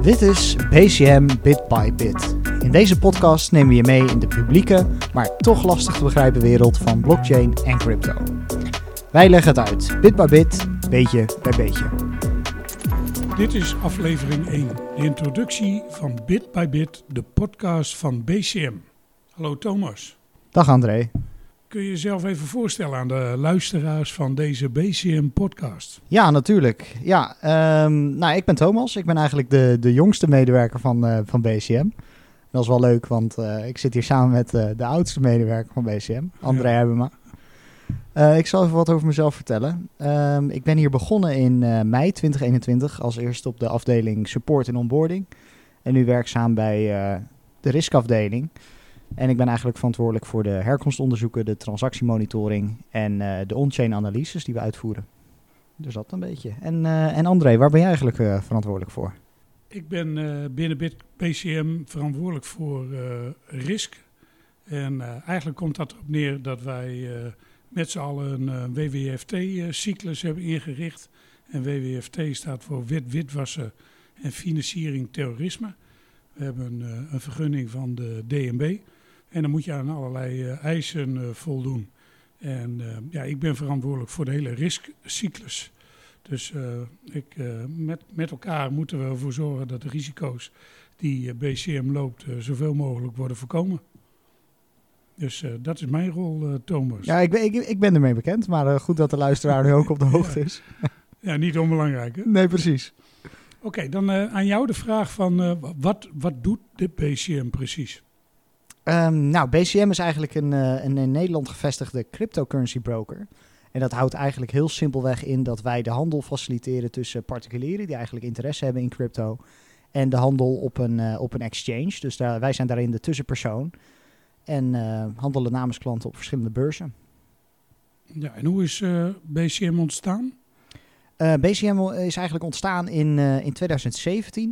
Dit is BCM Bit by Bit. In deze podcast nemen we je mee in de publieke, maar toch lastig te begrijpen wereld van blockchain en crypto. Wij leggen het uit, bit by bit, beetje bij beetje. Dit is aflevering 1, de introductie van Bit by Bit, de podcast van BCM. Hallo Thomas. Dag André. Kun je jezelf even voorstellen aan de luisteraars van deze BCM-podcast? Ja, natuurlijk. Ja, ik ben Thomas. Ik ben eigenlijk de jongste medewerker van BCM. Dat is wel leuk, want ik zit hier samen met de oudste medewerker van BCM, André Heibema. Ik zal even wat over mezelf vertellen. Ik ben hier begonnen in mei 2021 als eerste op de afdeling support en onboarding. En nu werkzaam bij de riskafdeling. En ik ben eigenlijk verantwoordelijk voor de herkomstonderzoeken, de transactiemonitoring en de on-chain analyses die we uitvoeren. Dus dat een beetje. En André, waar ben jij eigenlijk verantwoordelijk voor? Ik ben binnen BCM verantwoordelijk voor risk. En eigenlijk komt dat erop neer dat wij met z'n allen een WWFT-cyclus hebben ingericht. En WWFT staat voor witwassen en financiering terrorisme. We hebben een vergunning van de DNB. En dan moet je aan allerlei eisen voldoen. En ik ben verantwoordelijk voor de hele riskcyclus. Dus met elkaar moeten we ervoor zorgen dat de risico's die BCM loopt zoveel mogelijk worden voorkomen. Dus dat is mijn rol, Thomas. Ja, ik ben ermee bekend, maar goed dat de luisteraar nu ook op de hoogte is. Ja, niet onbelangrijk, hè? Nee, precies. Oké, dan aan jou de vraag van wat doet de BCM precies? BCM is eigenlijk een in Nederland gevestigde cryptocurrency broker. En dat houdt eigenlijk heel simpelweg in dat wij de handel faciliteren tussen particulieren die eigenlijk interesse hebben in crypto en de handel op een exchange. Dus wij zijn daarin de tussenpersoon en handelen namens klanten op verschillende beurzen. Ja, en hoe is BCM ontstaan? BCM is eigenlijk ontstaan in 2017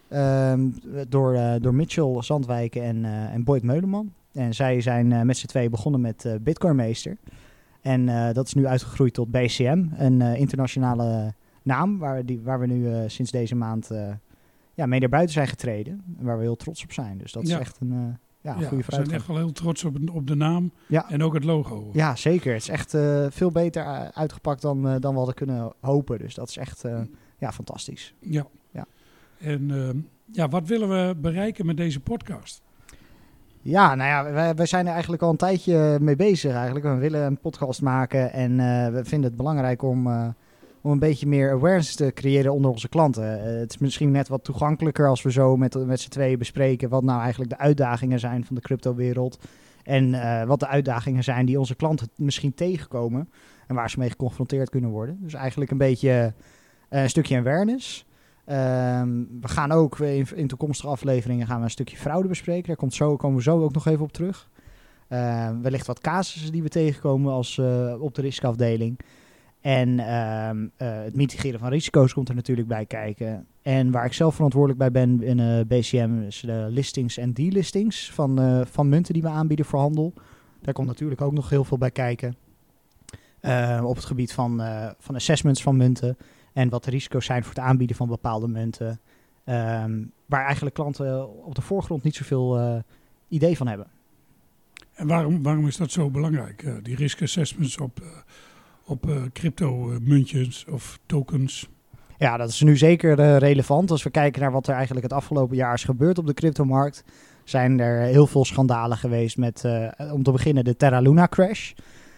door Mitchell Zandwijken en Boyd Meuleman. En zij zijn met z'n tweeën begonnen met Bitcoinmeester. En dat is nu uitgegroeid tot BCM, een internationale naam waar we nu sinds deze maand mee naar buiten zijn getreden. En waar we heel trots op zijn. Dus dat is echt een goede vooruitgang. We zijn echt wel heel trots op de naam en ook het logo. Ja, zeker. Het is echt veel beter uitgepakt dan we hadden kunnen hopen. Dus dat is echt fantastisch. Ja. En wat willen we bereiken met deze podcast? Ja, wij zijn er eigenlijk al een tijdje mee bezig eigenlijk. We willen een podcast maken en we vinden het belangrijk om een beetje meer awareness te creëren onder onze klanten. Het is misschien net wat toegankelijker als we zo met z'n tweeën bespreken wat nou eigenlijk de uitdagingen zijn van de cryptowereld. En wat de uitdagingen zijn die onze klanten misschien tegenkomen en waar ze mee geconfronteerd kunnen worden. Dus eigenlijk een beetje een stukje awareness. We gaan ook in toekomstige afleveringen een stukje fraude bespreken. Daar komen we zo ook nog even op terug. Wellicht wat casussen die we tegenkomen op de riskafdeling. En het mitigeren van risico's komt er natuurlijk bij kijken. En waar ik zelf verantwoordelijk bij ben in BCM is de listings en delistings van munten die we aanbieden voor handel. Daar komt natuurlijk ook nog heel veel bij kijken. Op het gebied van assessments van munten. En wat de risico's zijn voor het aanbieden van bepaalde munten. Waar eigenlijk klanten op de voorgrond niet zoveel idee van hebben. En waarom is dat zo belangrijk? Die risk assessments op crypto muntjes of tokens? Ja, dat is nu zeker relevant. Als we kijken naar wat er eigenlijk het afgelopen jaar is gebeurd op de cryptomarkt, zijn er heel veel schandalen geweest met, om te beginnen, de Terra Luna crash.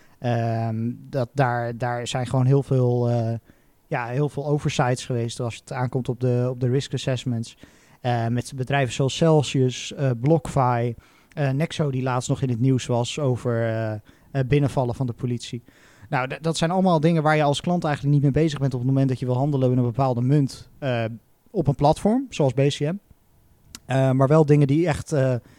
Daar zijn gewoon heel veel oversights geweest als het aankomt op de risk assessments. Met bedrijven zoals Celsius, BlockFi, Nexo die laatst nog in het nieuws was over binnenvallen van de politie. Nou, dat zijn allemaal dingen waar je als klant eigenlijk niet mee bezig bent op het moment dat je wil handelen in een bepaalde munt op een platform, zoals BCM. Maar wel dingen die echt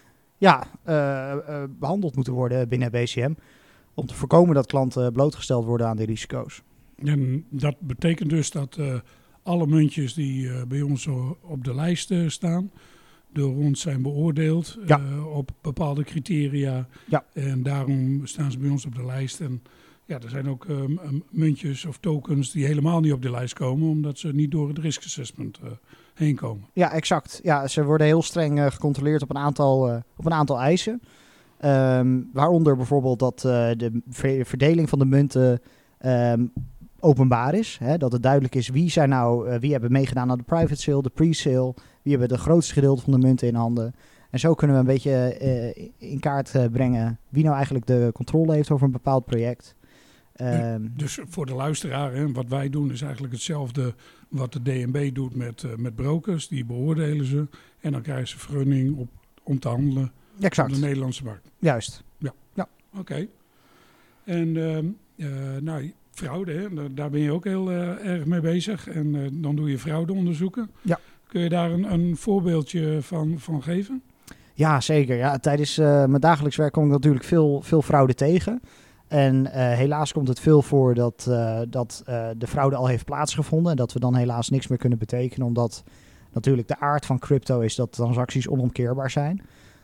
behandeld moeten worden binnen BCM. Om te voorkomen dat klanten blootgesteld worden aan die risico's. En dat betekent dus dat alle muntjes die bij ons op de lijst staan, door ons zijn beoordeeld op bepaalde criteria. Ja. En daarom staan ze bij ons op de lijst. En er zijn ook muntjes of tokens die helemaal niet op de lijst komen, omdat ze niet door het risk assessment heen komen. Ja, exact. Ja, ze worden heel streng gecontroleerd op een aantal eisen. Waaronder bijvoorbeeld dat de verdeling van de munten openbaar is. Hè? Dat het duidelijk is wie hebben meegedaan aan de private sale, de pre-sale. Wie hebben de grootste gedeelte van de munten in handen. En zo kunnen we een beetje in kaart brengen wie nou eigenlijk de controle heeft over een bepaald project. Dus voor de luisteraar, hè, wat wij doen is eigenlijk hetzelfde wat de DNB doet met brokers. Die beoordelen ze en dan krijgen ze vergunning om te handelen Exact. op de Nederlandse markt. Juist. Ja. Oké. En fraude, hè, daar ben je ook heel erg mee bezig. En dan doe je fraudeonderzoeken. Ja. Kun je daar een voorbeeldje van geven? Ja, zeker. Ja, tijdens mijn dagelijks werk kom ik natuurlijk veel fraude tegen. En helaas komt het veel voor dat de fraude al heeft plaatsgevonden. En dat we dan helaas niks meer kunnen betekenen. Omdat natuurlijk de aard van crypto is dat transacties onomkeerbaar zijn.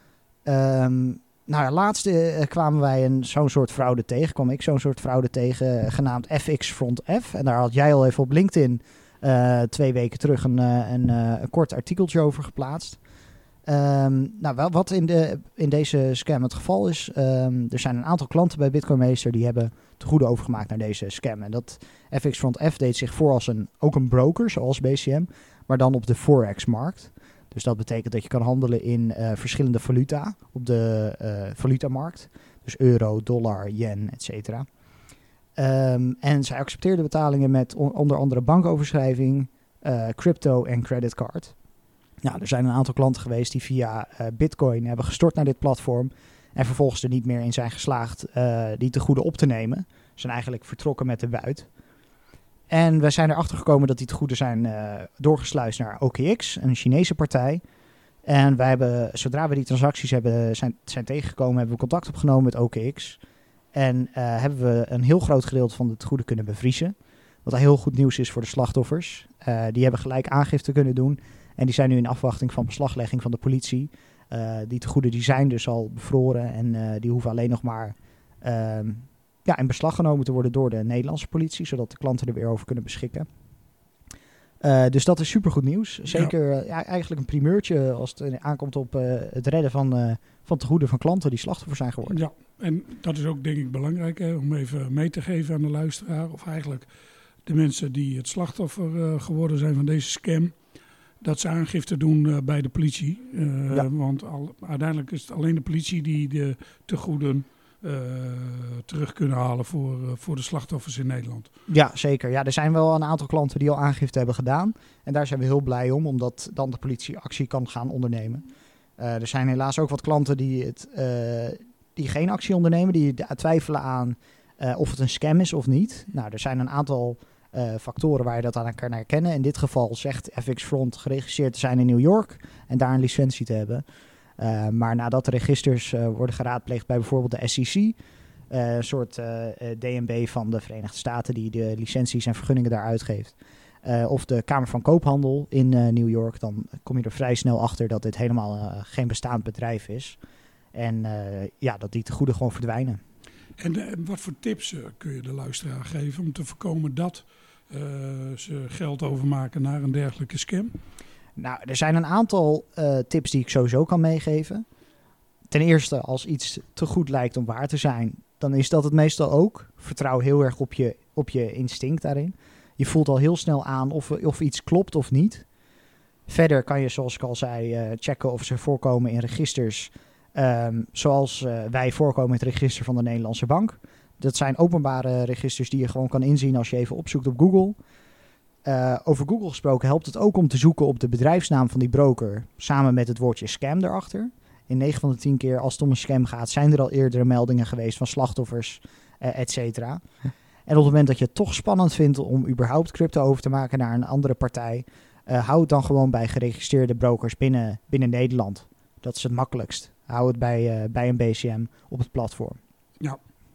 Laatst kwamen wij zo'n soort fraude tegen. Kwam ik zo'n soort fraude tegen genaamd FX Front F. En daar had jij al even op LinkedIn 2 weken terug een kort artikeltje over geplaatst. Wat in deze scam het geval is, er zijn een aantal klanten bij Bitcoin Meester die hebben te goede overgemaakt naar deze scam. En dat FX Front F deed zich voor als ook een broker, zoals BCM, maar dan op de Forex-markt. Dus dat betekent dat je kan handelen in verschillende valuta op de valutamarkt. Dus euro, dollar, yen, etc. En zij accepteerden betalingen met onder andere bankoverschrijving, crypto en creditcard. Nou, er zijn een aantal klanten geweest die via Bitcoin hebben gestort naar dit platform en vervolgens er niet meer in zijn geslaagd die te goede op te nemen. Ze zijn eigenlijk vertrokken met de buit. En we zijn erachter gekomen dat die te goede zijn doorgesluist naar OKX, een Chinese partij. En wij hebben, zodra we die transacties zijn tegengekomen, hebben we contact opgenomen met OKX. En hebben we een heel groot gedeelte van het goede kunnen bevriezen. Wat heel goed nieuws is voor de slachtoffers. Die hebben gelijk aangifte kunnen doen. En die zijn nu in afwachting van beslaglegging van de politie. Die tegoeden die zijn dus al bevroren. En die hoeven alleen nog maar in beslag genomen te worden door de Nederlandse politie. Zodat de klanten er weer over kunnen beschikken. Dus dat is supergoed nieuws. Zeker eigenlijk een primeurtje als het aankomt op het redden van tegoeden van klanten die slachtoffer zijn geworden. Ja, en dat is ook denk ik belangrijk om even mee te geven aan de luisteraar. Of eigenlijk de mensen die het slachtoffer geworden zijn van deze scam. Dat ze aangifte doen bij de politie. Want uiteindelijk is het alleen de politie die de tegoeden terug kunnen halen voor de slachtoffers in Nederland. Ja, zeker. Ja, er zijn wel een aantal klanten die al aangifte hebben gedaan. En daar zijn we heel blij om, omdat dan de politie actie kan gaan ondernemen. Er zijn helaas ook wat klanten die geen actie ondernemen, die twijfelen aan of het een scam is of niet. Nou, er zijn een aantal factoren waar je dat aan kan herkennen. In dit geval zegt FX Front geregistreerd te zijn in New York en daar een licentie te hebben. Maar nadat de registers worden geraadpleegd bij bijvoorbeeld de SEC, een soort DNB van de Verenigde Staten die de licenties en vergunningen daar uitgeeft, of de Kamer van Koophandel in New York, dan kom je er vrij snel achter dat dit helemaal geen bestaand bedrijf is. En dat die tegoeden gewoon verdwijnen. En wat voor tips kun je de luisteraar geven om te voorkomen dat ze geld overmaken naar een dergelijke scam? Nou, er zijn een aantal tips die ik sowieso kan meegeven. Ten eerste, als iets te goed lijkt om waar te zijn, dan is dat het meestal ook. Vertrouw heel erg op je instinct daarin. Je voelt al heel snel aan of iets klopt of niet. Verder kan je, zoals ik al zei, checken of ze voorkomen in registers. Zoals wij voorkomen in het register van de Nederlandse Bank. Dat zijn openbare registers die je gewoon kan inzien als je even opzoekt op Google. Over Google gesproken helpt het ook om te zoeken op de bedrijfsnaam van die broker samen met het woordje scam erachter. In 9 van de 10 keer als het om een scam gaat zijn er al eerdere meldingen geweest van slachtoffers, et cetera. En op het moment dat je het toch spannend vindt om überhaupt crypto over te maken naar een andere partij, hou het dan gewoon bij geregistreerde brokers binnen Nederland. Dat is het makkelijkst. Hou het bij een BCM op het platform. Ja.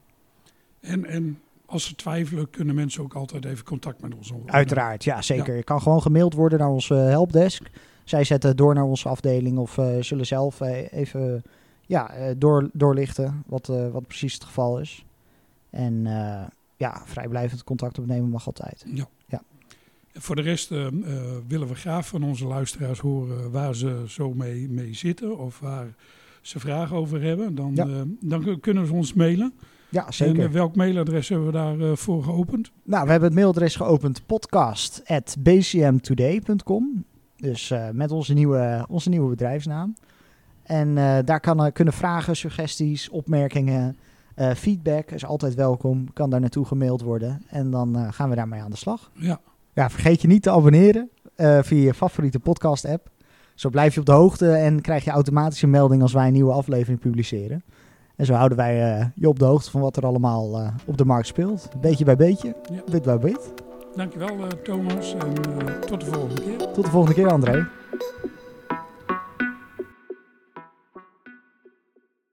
En als ze twijfelen, kunnen mensen ook altijd even contact met ons opnemen. Uiteraard, ja zeker. Ja. Je kan gewoon gemaild worden naar onze helpdesk. Zij zetten het door naar onze afdeling of zullen zelf even doorlichten wat precies het geval is. En vrijblijvend contact opnemen mag altijd. Ja. Ja. En Voor de rest willen we graag van onze luisteraars horen waar ze zo mee zitten of waar ze vragen over hebben. Dan kunnen ze ons mailen. Ja, zeker. En welk mailadres hebben we daarvoor geopend? Nou, we hebben het mailadres geopend podcast@bcmtoday.com. Dus met onze nieuwe bedrijfsnaam. En daar kunnen vragen, suggesties, opmerkingen, feedback is altijd welkom. Kan daar naartoe gemaild worden. En dan gaan we daarmee aan de slag. Ja. Ja, vergeet je niet te abonneren via je favoriete podcast app. Zo blijf je op de hoogte en krijg je automatisch een melding als wij een nieuwe aflevering publiceren. En zo houden wij je op de hoogte van wat er allemaal op de markt speelt. Beetje bij beetje, bit bij bit. Dankjewel Thomas en tot de volgende keer. Tot de volgende keer, André.